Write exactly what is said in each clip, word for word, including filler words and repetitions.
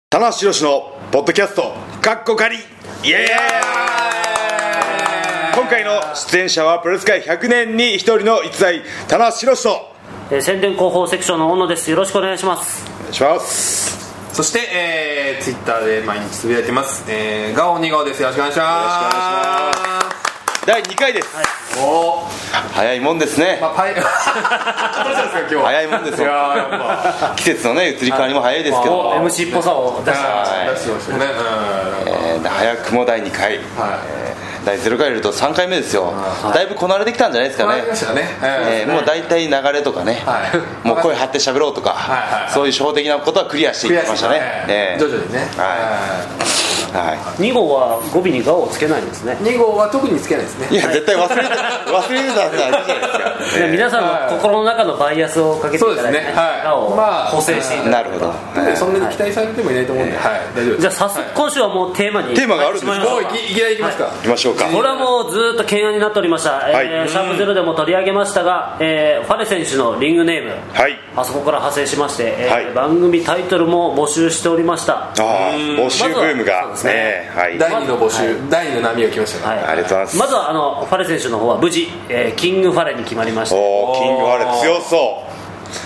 棚橋宏のポッドキャストカッコカリイエーイ。今回の出演者はプロレス界ひゃくねんに一人の逸材棚橋宏と、 えー、宣伝広報セクションの小野です。よろしくお願いします。 お願いします。 そして、えー、ツイッターで毎日つぶやいてます、えー、ガオにガオです。よろしくお願いします。よろしくお願いします。 だいにかいです、はい、お早いもんですね、まあ、パイどうしたんですか今日。早いもんですよ。いややっぱ季節のね移り変わりも早いですけど、 エムシー っぽさを出してましたね。 えー、早くもだいにかい、はい、えー、だいゼロかい入れるとさんかいめですよ、はい、だいぶこなれてきたんじゃないですかね。えー、もう大体流れとかね、はい、もう声張って喋ろうとか、はいはい、そういう初歩的なことはクリアしていきましたね、えー、 徐々にね、 はいはい、 に号は語尾にガオをつけないんですね。 に号は特につけないですね。 いや絶対忘れて忘れてたんじゃないですか、 えー、皆さんの心の中のバイアスをかけていただいて、ね、ガオを補正していただいて、 なるほど、はい、 そんなに期待されてもいないと思うんで、はいはい、大丈夫です。 じゃあ早速今週はもうテーマにテーマがあるんですか。 もういきなりいきますか、はい、 いきましょうか。 これはもうずっと懸案になっておりました、はい、えー、シャープゼロでも取り上げましたが、えー、ファレ選手のリングネーム、はい、あそこから派生しまして、えーはい、番組タイトルも募集しておりました。 あ募集ブームが、まね、はい、 だいにの募集、はい、だいにの波が来ましたね、はい、 ありがとうございます。 まずはあのファレ選手の方は無事、えー、キングファレに決まりました。 おキングファレ強そう、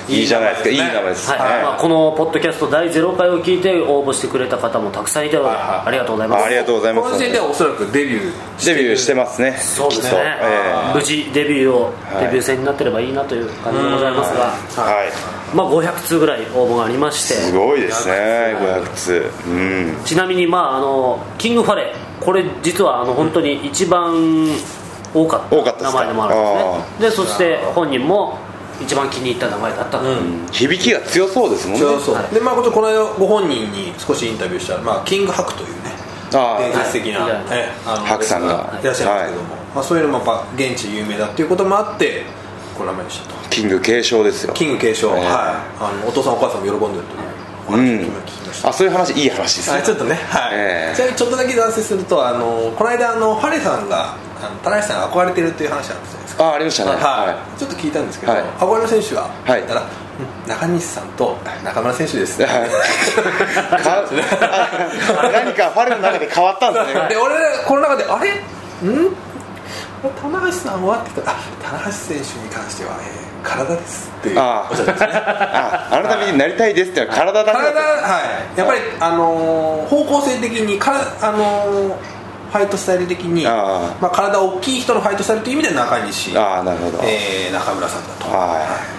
いいじゃないですか、いい名前です、 はい、はい、まあ、このポッドキャストだいゼロかいを聞いて応募してくれた方もたくさんいたので、はいはい、ありがとうございます。 ありがとうございます。 この時点ではおそらくデビューデビューしてますね。 そうですね、えー、無事デビューを、はい、デビュー戦になってればいいなという感じでございますが、はい、まあ、ごひゃくつうぐらい応募がありまして、 すごいですね、ごひゃくつう、うん、 ちなみに、まあ、あのキングファレ、これ実はあの本当に一番多かった名前でもあるんですね。でそして本人も一番気に入った名前だったと、うん、 響きが強そうですもんね。 強そう、はい、で、まあ、この間ご本人に少しインタビューしたら、まあ、キングハクというね伝説的な、はい、あのハクさんがいらっしゃるんですけども、はい、まあ、そういうのもやっぱ現地有名だっていうこともあってこの名前にしたと。 キング継承ですよ。 キング継承、えー、はい、あのお父さんお母さんも喜んでるというお話を聞きました、 うん、あそういう話、いい話ですね。 ちょっとね、はい、えー、ちなみにちょっとだけ断説すると、あのこの間あのファレさんが棚橋さんが憧れてるっていう話なんですよ。 あありましたね、はいはい、ちょっと聞いたんですけど、はい、憧れの選手は言ったら、はい、中西さんと中村選手です、はい、 何かファレの中で変わったんですね。 で俺この中であれん棚橋さんはって言ったら、あ棚橋選手に関しては、えー、体ですっていうあおっしゃってますね。ああなたになりたいですっていうのは体だ、 体、はい、やっぱり、あのー、方向性的にから、あのーファイトスタイル的に、あ、まあ、体大きい人のファイトスタイルという意味で中西、 あなるほど、 えー、中村さんだと、はい、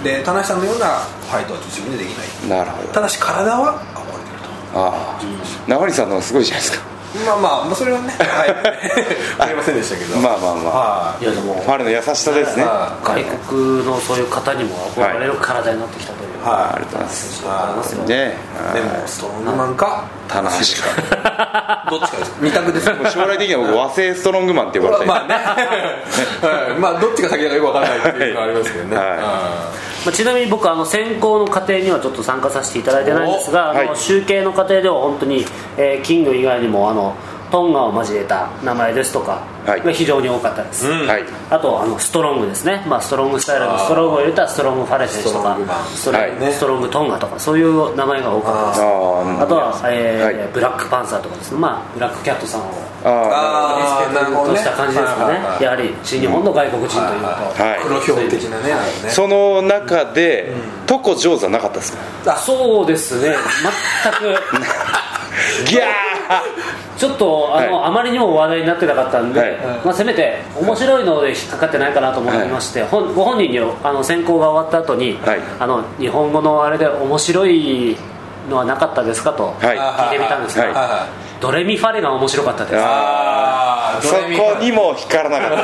で棚橋さんのようなファイトは自分でできない。なるほど。ただし体は憧れてると。あ中西さんの方がすごいじゃないですか。 まあまあ、まあ、それはね、はい、ありませんでしたけど、 まあまあまあ、いやでもファレの優しさですね。 外国のそういう方にも憧れる体になってきたという、 はい、ありがとうございます。あますよね。 でもストロングマンか棚橋かどっちかですか。二択です。 将来的には僕和製ストロングマンって呼ばれたい。 まあね、はい、まあどっちが先だかよく分からないっていうのはありますけどね、はい、 まあ、ちなみに僕あの選考の過程にはちょっと参加させていただいてないんですが、あの集計の過程では本当に、えー、キング以外にもあのトンガを交えた名前ですとかが非常に多かったです、はい、あとあのストロングですね、まあ、ストロングスタイルのストロングを入れたストロングファレ選手とかストロング、はい、ストロングトンガとかそういう名前が多かったです。 あ, あとは、えーはい、ブラックパンサーとかですね、まあ、ブラックキャットさんをあリスペクトした感じですかね。やはり新日本の外国人というと、 はい、黒ひょう的なね、 うん、その中で、うん、トコ上手はなかったですか。 あそうですね、全くギャーちょっとあの、はい、あまりにも話題になってなかったんで、はい、まあ、せめて面白いので引っかかってないかなと思いまして、はい、ご本人にあの選考が終わった後に、はい、あの日本語のあれで面白いのはなかったですかと聞いてみたんですが、はいはい、ドレミファレが面白かったです。 あそこにも光らなかった、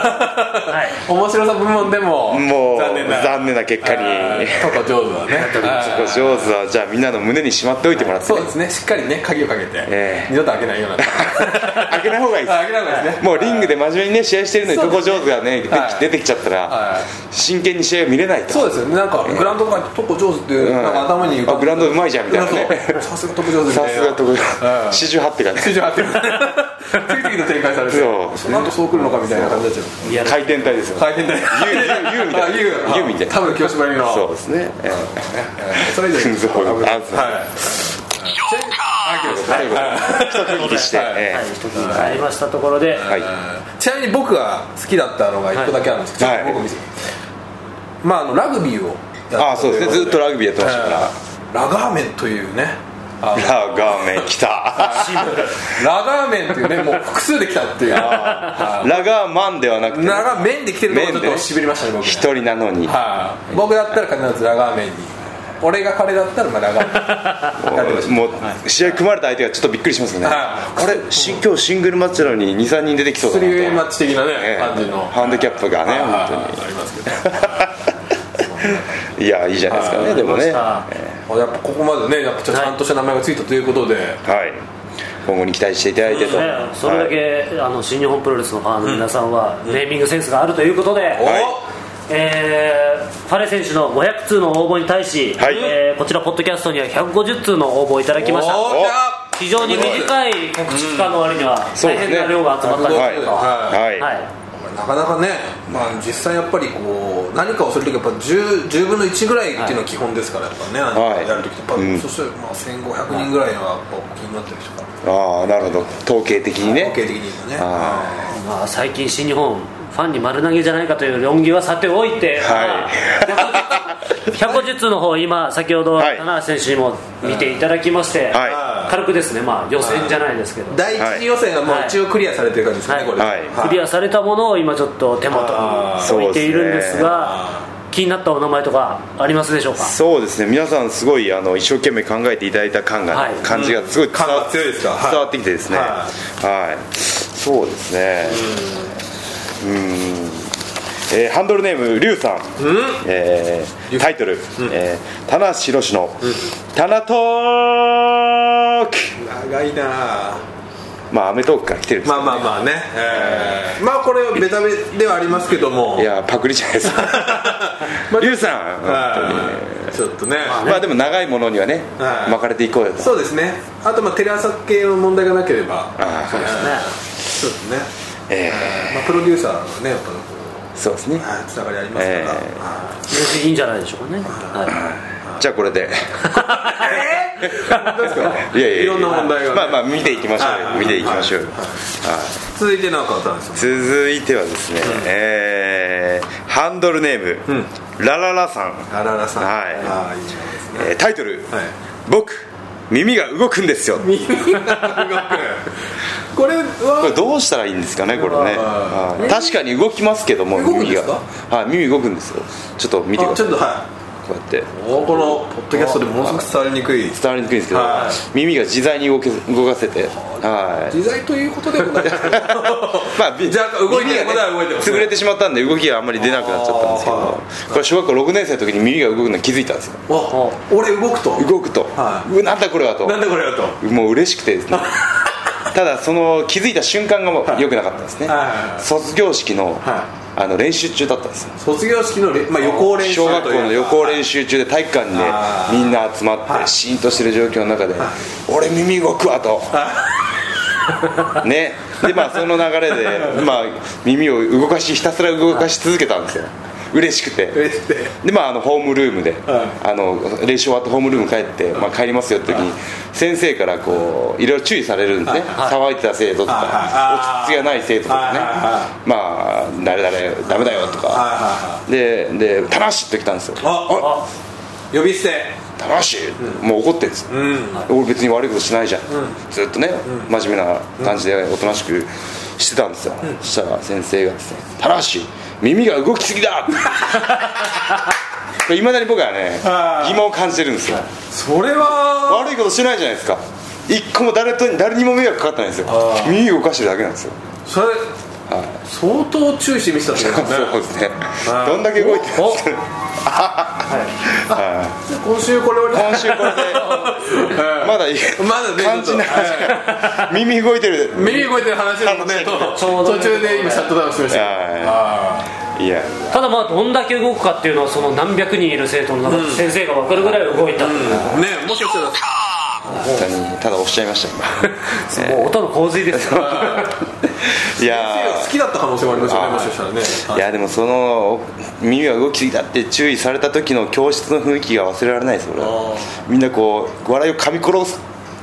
はい、面白さ部門でももう残念 な, 残念な結果にトコ上手はねトコ上手はじゃあみんなの胸にしまっておいてもらって、ね、 そうですね、しっかりね鍵をかけて、えー、二度と開けないような開けない方がいいです。開けない方がいいですね。もうリングで真面目にね試合してるのにトコ上手がね、はい、出てきちゃったら、はい、真剣に試合を見れないと。 そうですよね、なんかグラウンドとかトコ上手っていう、うん、なんか頭にあグラウンドうまいじゃんみたいなね。 さすがトコ上手みたいな、さすがトコ上手四十八手がね四十八手次々と展開されて、その後そう来るのかみたいな感じになっちゃう。 回転体ですよ。 回転体。 ユーみたいな。ユーみたいな。 多分教師ばりの。 そうですね。 それ以上に。 はい。 あ、 はい、一区切りして、 はい、一区切りがありましたところで、はい、 ちなみに僕が好きだったのがいっこだけあるんですけど、はい、僕見せまああのラグビーをああそうですね、ずっとラグビーやってましたから、 ラガーメンというね、 ラガーメン来たラガーメンっていうね、もう複数で来たっていうラガーマンではなくて、ね、 ラガーメンで来てるのがちょっとしびりましたね、僕ね。 一人なのに、 はあ、僕だったら必ずラガーメンに、俺が彼だったらまあラガーメンもう試合組まれた相手がちょっとびっくりしますよね、はあ、あれ今日シングルマッチなのに にさんにん出てきそうだなと、 スリーウェイマッチ的なね、 えー、 感じのハンデキャップがね、 はあ、 本当にありますけどいやいいじゃないですかね、でもね、えー、やっぱここまでね、やっぱちゃんとした名前がついたということで、はい、 今後に期待していただいてと、 ね、それだけ、はい、あの新日本プロレスのファンの皆さんは、うん、ネーミングセンスがあるということで、はい、えー、ファレ選手のごひゃく通の応募に対し、はい、えー、こちらポッドキャストにはひゃくごじゅう通の応募いただきました。非常に短い告知期間の割には大変な量が集まったんですけど、はいはい、 なかなかね、まあ、実際やっぱりこう何かをするときやっぱ 10, じゅうぶんのいちぐらいっていうのは基本ですから、やっぱね、はい、やるときってやっぱ、うん、そしてまあせんごひゃくにんぐらいは気になってる人が、 ああなるほど、統計的にね、 統計的にね、 あ、まあ、最近新日本ファンに丸投げじゃないかという論議はさておいて、はい、ひゃくごじゅう通の方、今先ほど棚橋選手にも見ていただきまして、はい、軽くですね、まあ、予選じゃないですけど、 第一次予選がもう一応クリアされてる感じですね、はい、これ、はい、 クリアされたものを今ちょっと手元に置いているんですが、気になったお名前とかありますでしょうか。 そうですね、皆さんすごいあの一生懸命考えていただいた感が、はい、感じがすごい伝わ、うん、強いですか、伝わってきてですね、はいはいはい、そうですね、うん、うん、えー、ハンドルネームリュウさん、うん、えー、タイトル、うん、えー、棚橋宏の、うん、タナトーク、 長いな、 まあアメトークから来てるんですけど、ね、 まあまあまあね、えー、まあこれはベタベではありますけども、 いやパクリじゃないですかリュウさん、本当にね、 ちょっとね、 まあ、ね、まあでも長いものにはね、巻かれていこうよと。 そうですね、あとまあテレ朝系の問題がなければ、あ、そうですね、そうですね、えーまあ、プロデューサーがねやっぱそうですね、 つながりありますから、えー、いいんじゃないでしょうかね、はい、 じゃあこれでえー、どうですか、 いやいやいろんな問題が、ね、 まあまあ見ていきましょう、見ていきましょう、はい、 続いて何かあったんですか。 続いてはですね、うん、えー、ハンドルネーム、うん、ラララさん、 ラララさん、 はい、 あ、いいですね、 えー、タイトル、はい、僕耳が動くんですよ。 耳が動くこれはこれどうしたらいいんですかね、これね、確かに動きますけども、耳が、はい、耳動くんですよ。ちょっと見てください、 ちょっと、はい、こうやってこのポッドキャストでものすごく伝わりにくい伝わりにくいんですけど、はい、耳が自在に動け動かせて、はい、 自在ということでもないまあ、 じゃあ動いてることは動いてます、ね、 潰れてしまったんで動きがあんまり出なくなっちゃったんですけど、これ小学校ろくねん生の時に耳が動くの気づいたんですよ。 俺動くと動くと、はい、うなんだこれはと、 なんだこれはと、 もう嬉しくてですねただその気づいた瞬間が良くなかったんですね、はいはいはい、卒業式の、はい、あの練習中だったんですよ。 卒業式の、まあ、予行練習、 小学校の予行練習中で体育館でみんな集まってシーンとしてる状況の中で、はい、俺耳動くわとね、でまあその流れで、まあ、耳を動かしひたすら動かし続けたんですよ、嬉しくて。 嬉しくてで、まあ、あのホームルームで、はい、あの練習終わってホームルーム帰って、まあ、帰りますよって時に、はい、先生からこういろいろ注意されるんですね、はい、騒いでた生徒とか、はい、落ち着きがない生徒とかね、はい、まあ誰々ダメだよとか、はい、でで「棚橋」って来たんですよ。 ああ呼び捨て棚橋、うん、もう怒ってるんですよ、うん、俺別に悪いことしないじゃん、うん、ずっとね、うん、真面目な感じでおとなしくしてたんですよ、うん、そしたら先生がですね「棚橋耳が動きすぎだ!」いまだに僕はね疑問を感じてるんですよ。 それは悪いことしてないじゃないですか。一個も 誰, と誰にも迷惑かかってないんですよ。耳動かしてるだけなんですよ。 それ、はい、相当注意して見せたってことですね。 そうですね、どんだけ動いてるんですかね今週これを今週これでまだいいまだ感じない耳動いてる耳動いてる話なので途中で今シャットダウンしました。 いやただまあどんだけ動くかっていうのはその何百人いる生徒の中で先生が分かるぐらい動いた、うんうん、 ね、もしかしたらただ押しちゃいました今もう音の洪水ですよいや好きだった可能性もありますよね、もしかしたらね。 いやでもその耳が動きすぎたって注意された時の教室の雰囲気が忘れられないです俺は。みんなこう笑いを噛み殺す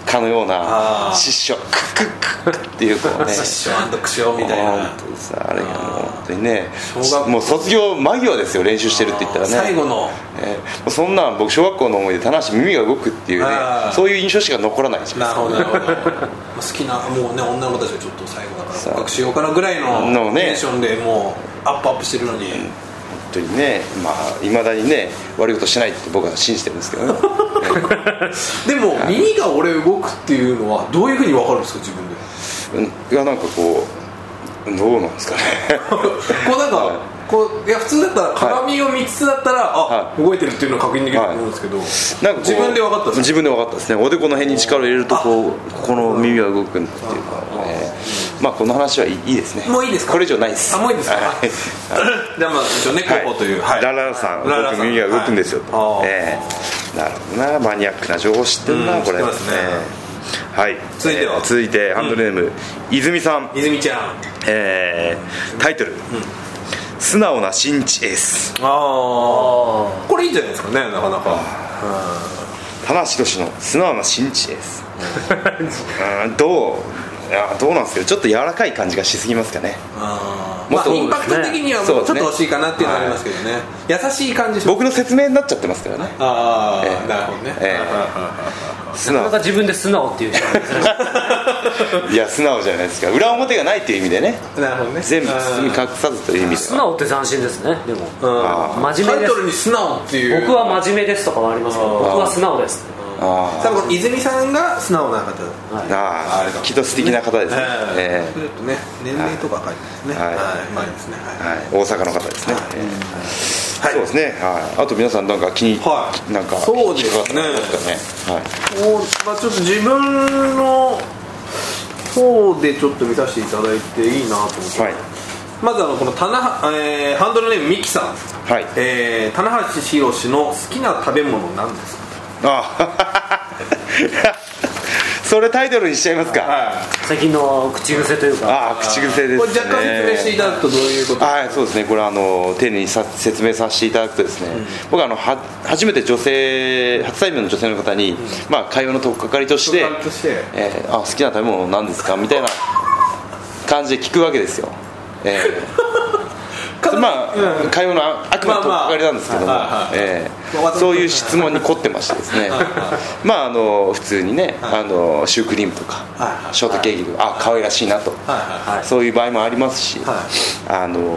かのような失笑クックックッっていうこうね失笑苦笑みたいな。 本当ですあれがもう本当にねもう卒業間際ですよ練習してるって言ったらね最後の、 えー、そんな僕小学校の思い出棚橋耳が動くっていうねそういう印象しか残らないしなるほどなるほど好きなもうね女の子たちがちょっと最後だから告白しようかなぐらいのテンションでもうアップアップしてるのに、 本当にねまあいまだにね悪いことしないって僕は信じてるんですけどねでも耳が俺動くっていうのはどういうふうに分かるんですか自分で。 いやなんかこうどうなんですかねこうなんか、はいこういや普通だったら鏡を見つつだったら、はい、あ動いてるっていうのを確認できると思うんですけど、はい、なんか自分で分かったですか。 自分で分かったですね。おでこの辺に力を入れるとこうここの耳が動くっていうか、ね、まあこの話はいいですね。 もういいですか。 これ以上ないです。 あもういいですか、はい、じゃあまあ一応ね候補という、 はい、ララさん僕耳が動くんですよと、はい、えー、なるほどなマニアックな情報知ってるな、うん、これ。知ってますね。はい、 続いては、えー、 続いてハンドルネーム、うん、泉さん泉ちゃん、 えー、タイトル、うん、素直な新地エース。 ああこれいいんじゃないですかねなかなか。 棚橋宏の素直な新地エースうんどういやどうなんですけどちょっと柔らかい感じがしすぎますかね。 あもっと、まあ、インパクト的にはもうちょっと惜しいかなっていうのはありますけどね、はい、優しい感じ。 僕の説明になっちゃってますからね。 ああ、えー、なるほどね、えー、なかなか自分で素直っていういや素直じゃないですか。裏表がないっていう意味でね。 なるほどね。 全部包み隠さずという意味では素直って斬新ですね。でも真面目です。 タイトルに素直っていう僕は真面目ですとかもありますけど僕は素直です。 あ多分泉さんが素直な方、はい、 ああきっと素敵な方ですね。 えー、ちょっとね年齢とか書いてますね。はい、はい、前ですね、はいはい、大阪の方ですね。はい、えーはい、そうですね。はい。あと皆さんなんか気に、はい、なんかそうですね。はい。おまあちょっと自分の方でちょっと見させていただいていいなと思って。はい。まずあのこの棚、えー、ハンドルネームミキさん。はい。えー、棚橋宏の好きな食べ物なんですか。 あそれタイトルにしちゃいますか。はい、 最近の口癖というか。 ああ口癖ですね。 これ若干説明していただくとどういうことですか。 はいそうですねこれあの丁寧にさ説明させていただくとですね、うん、僕あのは初めて女性初対面の女性の方に、うんまあ、会話の取っかかりとして、としてえー、あ好きな食べ物なんですかみたいな感じで聞くわけですよ。えーまあ、うん、会話のあくまで取っかかりなんですけども、えー、そういう質問に凝ってましてですねまああの普通にねあのシュークリームとかショートケーキとかあ可愛らしいなとそういう場合もありますしあの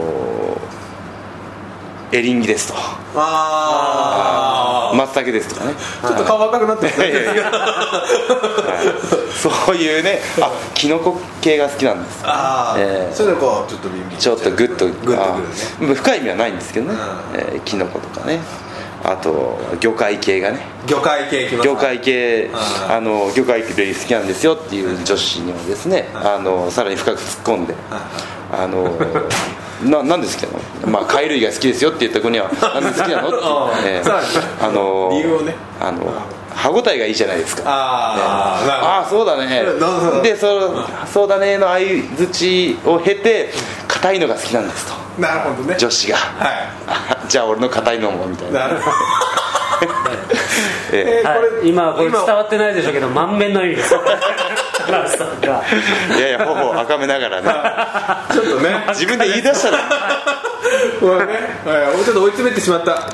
エリンギですとあ松茸ですとかねちょっと顔赤くなってますねそういうねあキノコ系が好きなんです。 あ、えー、それでこうちょっとビンビンちょっとグッとグッとくるね深い意味はないんですけどね、えー、キノコとかねあと魚介系がね魚介系きます魚介系あの魚介系好きなんですよっていう女子にはですねあのさらに深く突っ込んであのななんですけど、まあ、貝類が好きですよって言った子にはなんで好きなのって言って、ね、あの理由をねあの歯応えがいいじゃないですか。 あ、 ね、あそうだねでそそうだねの相づちを経て硬いのが好きなんですと。 なるほどね女子が、はい、じゃあ俺の硬いのもみたいな。なるほどえー、これ今これ伝わってないでしょうけど満面の意味ですいやいや頬を赤めながらねちょっとね自分で言い出したらこれね、はい、ちょっと追い詰めてしまったはい、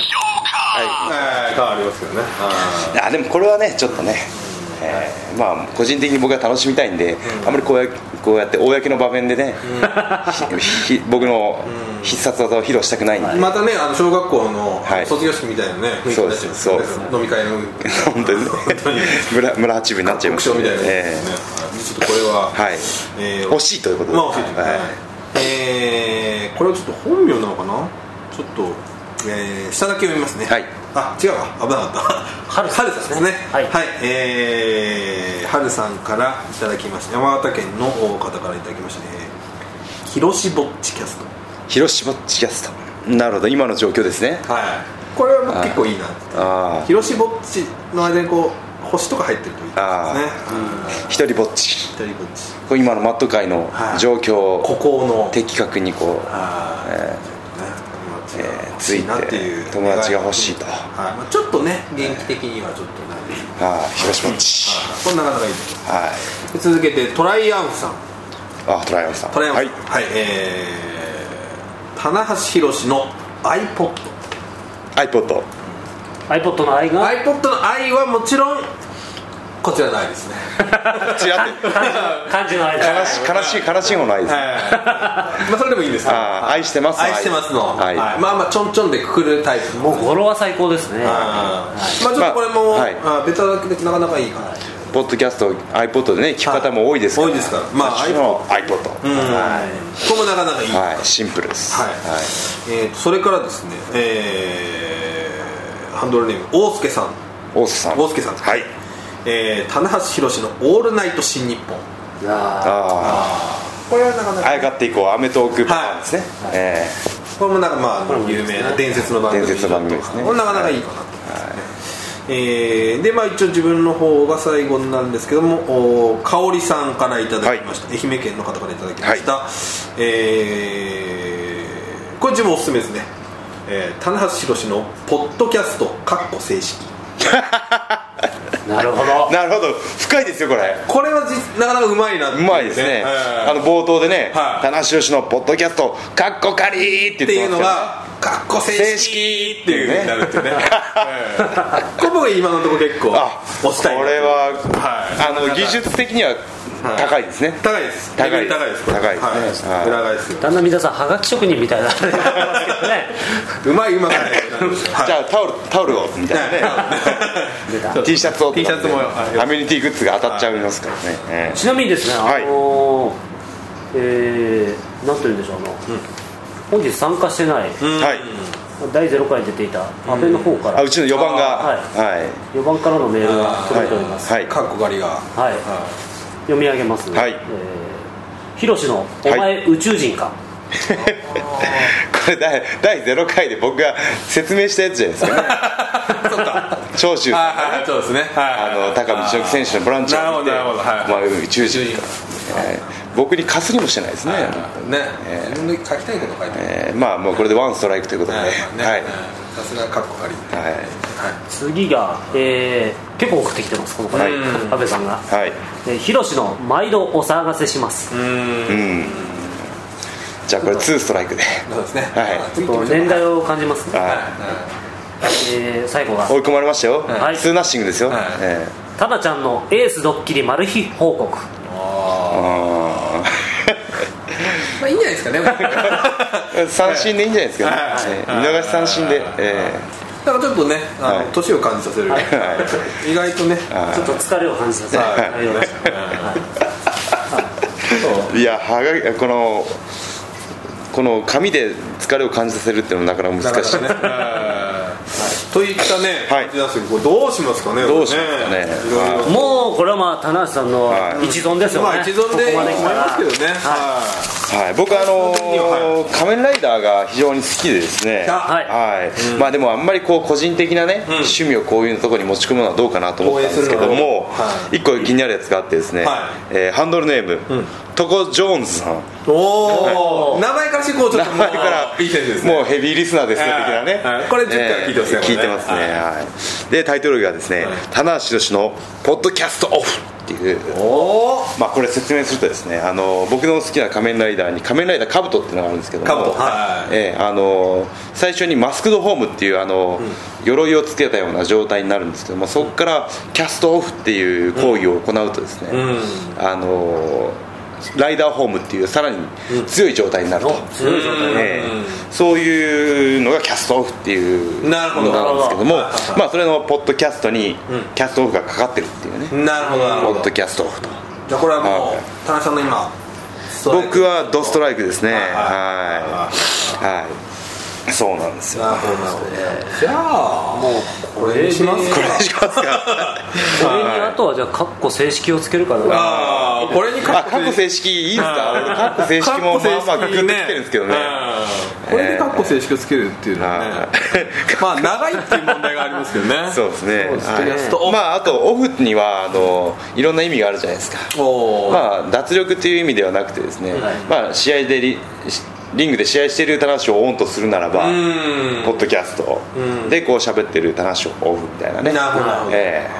感ありますけどね。 あでもこれはねちょっとね、えー、まあ個人的に僕は楽しみたいんで、うん、あまりこうやこうやって公の場面でね、うん、ひ僕の必殺技を披露したくないんで、 またねあの小学校の卒業式みたいなね雰囲気になっちゃいますよね。飲み会の本当にね村村八分になっちゃいますね。みたいな、えー、ちょっとこれは、 はいえー、惜しいということで、 まあ惜しいということで、はいえー、これはちょっと本名なのかなちょっとえー、下だけ読みますね。はい。あ、違うわ。危なかった。はるさんですね。はい。はい。えー、はるさんからいただきました。山形県の方からいただきましたね。広しぼっちキャスト。 広しぼっちキャスト。なるほど。今の状況ですね。 はい。これは僕結構いいな。ああ。広しぼっちの間にこう星とか入ってるといいですね。ああ。一人ぼっち。 一人ぼっち。 これ今のマット界の状況を、 ここの的確にこう。ああ。えーえー、ついて友達が欲しいと、 はいまあ、ちょっとね元気的にはちょっとないですはい、広島っち、 これなかなかいいです、はい、続けてトライアンフさん。 あ、トライアンフさん、 トライアンフさん、はい、はい、えー、棚橋宏の iPod。 iPod iPod の愛が iPod の愛はもちろんこちらないですね。 違って漢字の愛、 悲しい悲しい悲しいものないです、ね、 まあそれでもいいんですけど、 愛してます愛してますの、はい、まあまあちょんちょんでくくるタイプ。 もう語呂は最高ですね。 まあちょっとこれも、まあはい、あベタだけでなかなかいいかな。 ポッドキャスト iPod でね聞く方も多いですから、 多いですから、まあ iPod、 うん、はい、これもなかなかいい、 はい、シンプルです、はいはい、 えー、それからですね、えー、ハンドルネーム大輔さん。 大輔さん大輔さん、はい、えー、棚橋宏のオールナイト新日本。ああ、これはなかなかあやかっていこうアメトーークパターンですね、はい、えー、これもなんかまあ有名な伝説の番組、 伝説の番組ですね。 これなかなかいいかなと思いますね、はい。えー、でまあ一応自分の方が最後になるんですけども、香織さんからいただきました、はい、愛媛県の方からいただきました、はい、えー、これ自分おすすめですね、えー、棚橋宏のポッドキャストかっこ正式。 なるほどなるほど、深いですよこれ。 これはなかなかうまいなって、 ね、うまいですね、あの冒頭でね、はい、棚橋宏のポッドキャストかっこかりって言ってますよね、っていうのがかっこ正式っていう風になるっていうね。これ僕今のところ結構押したい。 これは、はい、あの技術的には高いですね、 高いです、 高い高いです、 高いですね、 裏返す。 だんだん皆さんはがき職人みたいなうまいうまくない。 じゃあタオルタオルをみたいなねT シャツを T シャツもアメニティグッズが当たっちゃいますからね。 ちなみにですね、あのえー、なんというんでしょう、あの本日参加してない、だいゼロかい出ていた阿部の方から、 うちのよばんが、 はい、よばんからのメールが届いております。 かっこ狩りが、 はい、読み上げますね。ひろしのお前宇宙人か。 これだいゼロかいで僕が説明したやつじゃないですかね。そうか、長州さんがね、そうですね、あの高見千選手のボランチャーを見て、お前宇宙人か、僕にかすりもしてないですね。ね、 自分で書きたいこと書いて、 まあもうこれでワンストライクということで、はい、 さすがカッコ狩り。はい、 次が、えー、結構送ってきてますこの方、はい、安倍さんが、はい、ひろしの毎度お騒がせします。うん、 じゃあこれツーストライクで、 そうですね、 はい、ちょっと年代を感じますね。はい、えー、最後が追い込まれましたよ、はい、ツーナッシングですよ、はい、えー、タナちゃんのエースドッキリマル秘報告。あまあいいんじゃないですかね。三振でいいんじゃないですかね、見逃し三振で、えー、だからちょっとね、あの年を感じさせる、はい、意外とねちょっと疲れを感じさせる、 はい、いやはがこのこの紙で疲れを感じさせるっていうのはなかなか難しいね。 といったね、はい、どうしますかね。 どうしますかね。 もうこれはまあ棚橋さんの一存ですよね。 まあ一存で思いますけどね。 はい、僕あの仮面ライダーが非常に好きでですね。はい。まあでもあんまりこう個人的なね趣味をこういうところに持ち込むのはどうかなと思ったんですけども、一個気になるやつがあってですね。ハンドルネームトコ・ジョーンズさん。 おお、名前からしてこうちょっともういいセンスですね。 もうヘビーリスナーですよ的なね。 これじゅっかい聞いてますね。 聞いてますね。はい。でタイトルがですね、棚橋宏のポッドキャストオフっていう。おお。まあこれ説明するとですね、あの僕の好きな仮面ライダーに仮面ライダーカブトっていうのがあるんですけども、カブト。はい。えあの最初にマスクドホームっていうあの鎧をつけたような状態になるんですけども、そこからキャストオフっていう行為を行うとですね、あのライダーホームっていうさらに強い状態になると、うん、強い状態、ね、うん、そういうのがキャストオフっていうのなんですけども、まあそれのポッドキャストにキャストオフがかかってるっていうね、 なるほど、 ポッドキャストオフと。 じゃあこれはもう田中さんの今僕はドストライクですね。はいはい、そうなんですよ。なるほど、 じゃあもうこれにしますか。 これにしますか。これにあとはじゃあカッコ正式をつけるかな。 ああ、これにカッコ正式いいですか。俺カッコ正式もまあまあグッときてるんですけどね。 これでカッコ正式をつけるっていうのはね、まあ長いっていう問題がありますけどね。 そうですね。まああとオフにはあのいろんな意味があるじゃないですか。まあ脱力っていう意味ではなくてですね、まあ試合でリリングで試合している棚橋をオンとするならば、ポッドキャストでこう喋ってる棚橋をオフみたいなね。なるほど。えー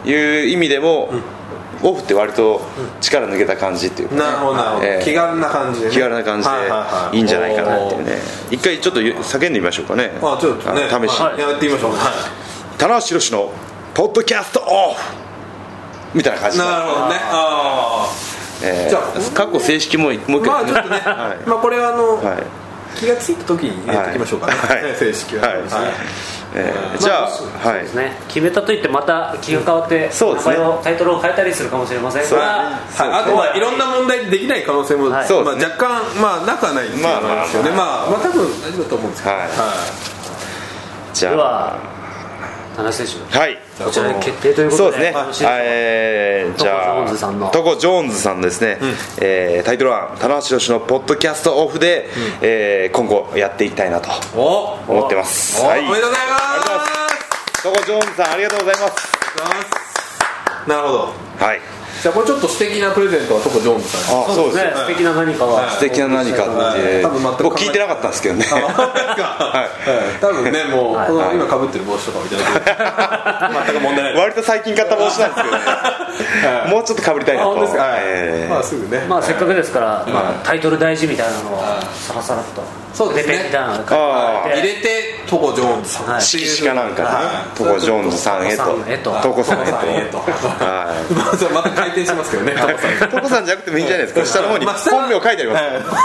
いう意味でも、うんオフって割と力抜けた感じっていうか、ね、 なるほどなるほど、えー、気軽な感じで、ね、 気軽な感じでいいんじゃないかなっていうね。一回ちょっと叫んでみましょうかね。 あちょっとね試しに、 はい、やってみましょう、はい、 棚橋宏のポッドキャストオフみたいな感じで。 なるほどね。あ、 えー、じゃあ過去正式ももう一回、ね、 まあちょっとね、はい、まあこれはあの、はい、気がついた時に入れておきましょうかね、はい、正式は、はいはいえー、じゃあ、 まあ、はい、そうですね、決めたといってまた気が変わって、 そうですね、 タイトルを変えたりするかもしれませんが、 はい、あとはいろんな問題でできない可能性も、はい、まあ、若干、まあ、なくはないっていうのがあるんですよね。まあまあ多分大丈夫だと思うんですけど、はいはい、 じゃあでは田中選手、 はい、 こちらで決定ということで、 そうですね、えー、じゃあトコ・ジョーンズさんですね、うん、えー、タイトルは棚橋宏のポッドキャストオフで、うん、えー、今後やっていきたいなと思ってます。はい、 おめでとうございます。 トコ・ジョーンズさんありがとうございます。 なるほど、はい、じゃあこれちょっと素敵なプレゼントはトコ・ジョーンズさん。 あ、そうですね、素敵な何かは、 素敵な何かって僕聞いてなかったんですけどね。 多分ね、もうこの今かぶってる帽子とかをいただける全く問題ない。 割と最近買った帽子なんですけどね、もうちょっとかぶりたいなと。 まあすぐね、 まあせっかくですからタイトル大事みたいなのをサラサラっとそうですね、入れてトコ・ジョーンズさん、 色紙かなんかね、トコ・ジョーンズさんへと、トコさんへと、 また回転しますけどね、 トコさんじゃなくてもいいんじゃないですか。下の方に本名書いてあります。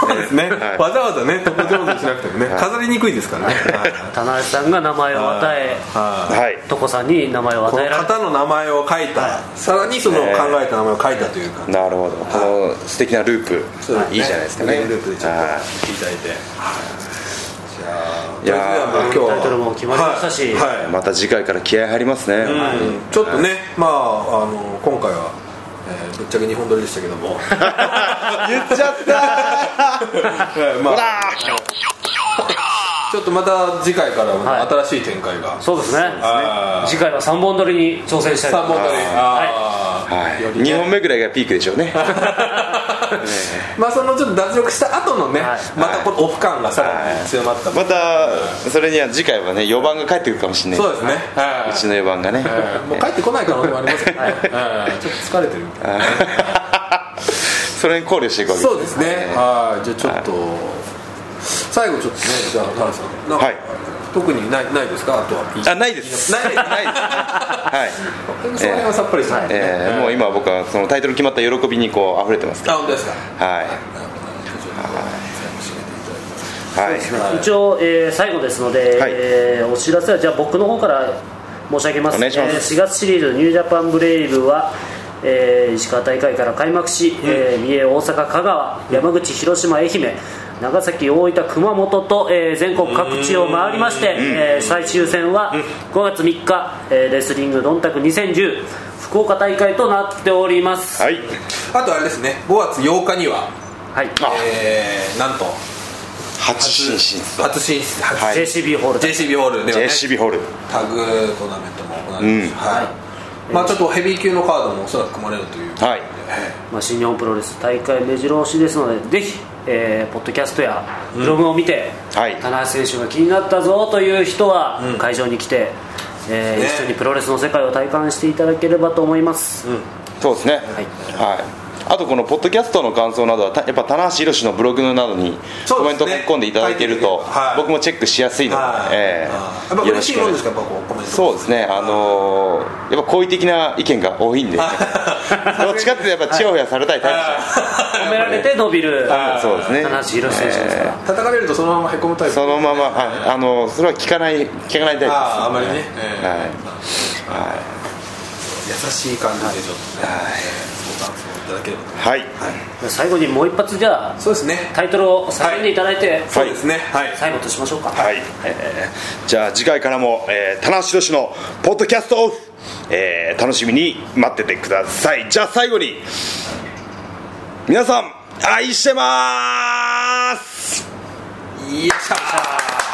そうですね、わざわざねトコ・ジョーンズにしなくてもね、飾りにくいですからね。 棚橋さんが名前を与え、トコさんに名前を与えられた、 この方の名前を書いた、さらにその考えた名前を書いたというか、 なるほど、この素敵なループいいじゃないですかね。 ループでちょっといただいて、 いや今日タイトルも決まりましたし、 はいはい、また次回から気合入りますね、うん、 ちょっとね、まあ、あの今回は、えー、ぶっちゃけ日本撮りでしたけども言っちゃったー、まあ、 ちょっとまた次回からまた新しい展開が、 はい、そうですね、次回はさんぼん撮りに挑戦したいと思います。さんぼん撮り、 はいはい、にほんめぐらいがピークでしょうねまあそのちょっと脱力した後のね、はい、またこのオフ感がさらに強まった、はい、 またそれには次回はねよばんが帰ってくるかもしれない。 そうですね、 はい、うちのよばんがね、 はい、もう帰ってこない可能性もありますけど、はい、ちょっと疲れてるみたいなそれに考慮していくわけですね。 そうですね、はい、じゃあちょっと、はい、最後ちょっとね、じゃあ田中さん、はい、特にないないですか。あとはあないですないですないですねはい、 その辺はさっぱりしてますね、 えー、もう今僕はそのタイトル決まった喜びにこう溢れてますから。 あ、本当ですか。 はいはい、一応、えー、最後ですので、はい、えー、お知らせはじゃあ僕の方から申し上げます。 お願いします。 えー、しがつシリーズニュージャパンブレイブは、えー、石川大会から開幕し、うん、えー、三重、大阪、香川、山口、広島、愛媛、長崎、大分、熊本と、えー、全国各地を回りまして、うん、えー、最終戦はごがつみっか、えー、レスリングドンタクにせんじゅう福岡大会となっております、 はい、あとあれですね、ごがつようかには、はい、えー、なんと初進出初進出、 はい、ジェーシービー ホールジェーシービー ホールではね、 ジェーシービー ホールタグトーナメントも行われます、うん、はい、まあ、ちょっとヘビー級のカードもおそらく組まれるということで、はい、 まあ、新日本プロレス大会目白押しですので、ぜひ、えー、ポッドキャストやブログを見て、うん、はい、棚橋選手が気になったぞという人は会場に来て、うん、えーね、一緒にプロレスの世界を体感していただければと思います、うん、 そうですね、はい、はい、あとこのポッドキャストの感想などはやっぱ棚橋宏のブログなどにコメントを書き込んでいただけると、はい、僕もチェックしやすいので、はい、えー、 やっぱ嬉しいもんですか、やっぱこうコメント。 そうですね、あのー、やっぱ好意的な意見が多いんでどっちかっていうとやっぱチヤホヤされたいタイプじゃないですか。 褒められて伸びるそうですね、 棚橋宏選手ですから、 えー、叩かれるとそのままへこむタイプ。 そのまま、はい、あのそれは聞かない聞かないタイプです。 ああ、あまりね、えー、はい、はい、優しい感じでちょっとね、はい、相談いただければと、 はい、はい、 最後にもう一発じゃあ、 そうですね、 タイトルを叫んでいただいて、はい、 そうですね、はい、 最後としましょうか。 はい、えー、じゃあ次回からも、えー、棚橋宏のポッドキャストオフ、えー、楽しみに待っててください。じゃあ最後に皆さん愛してまーす。 よっしゃー。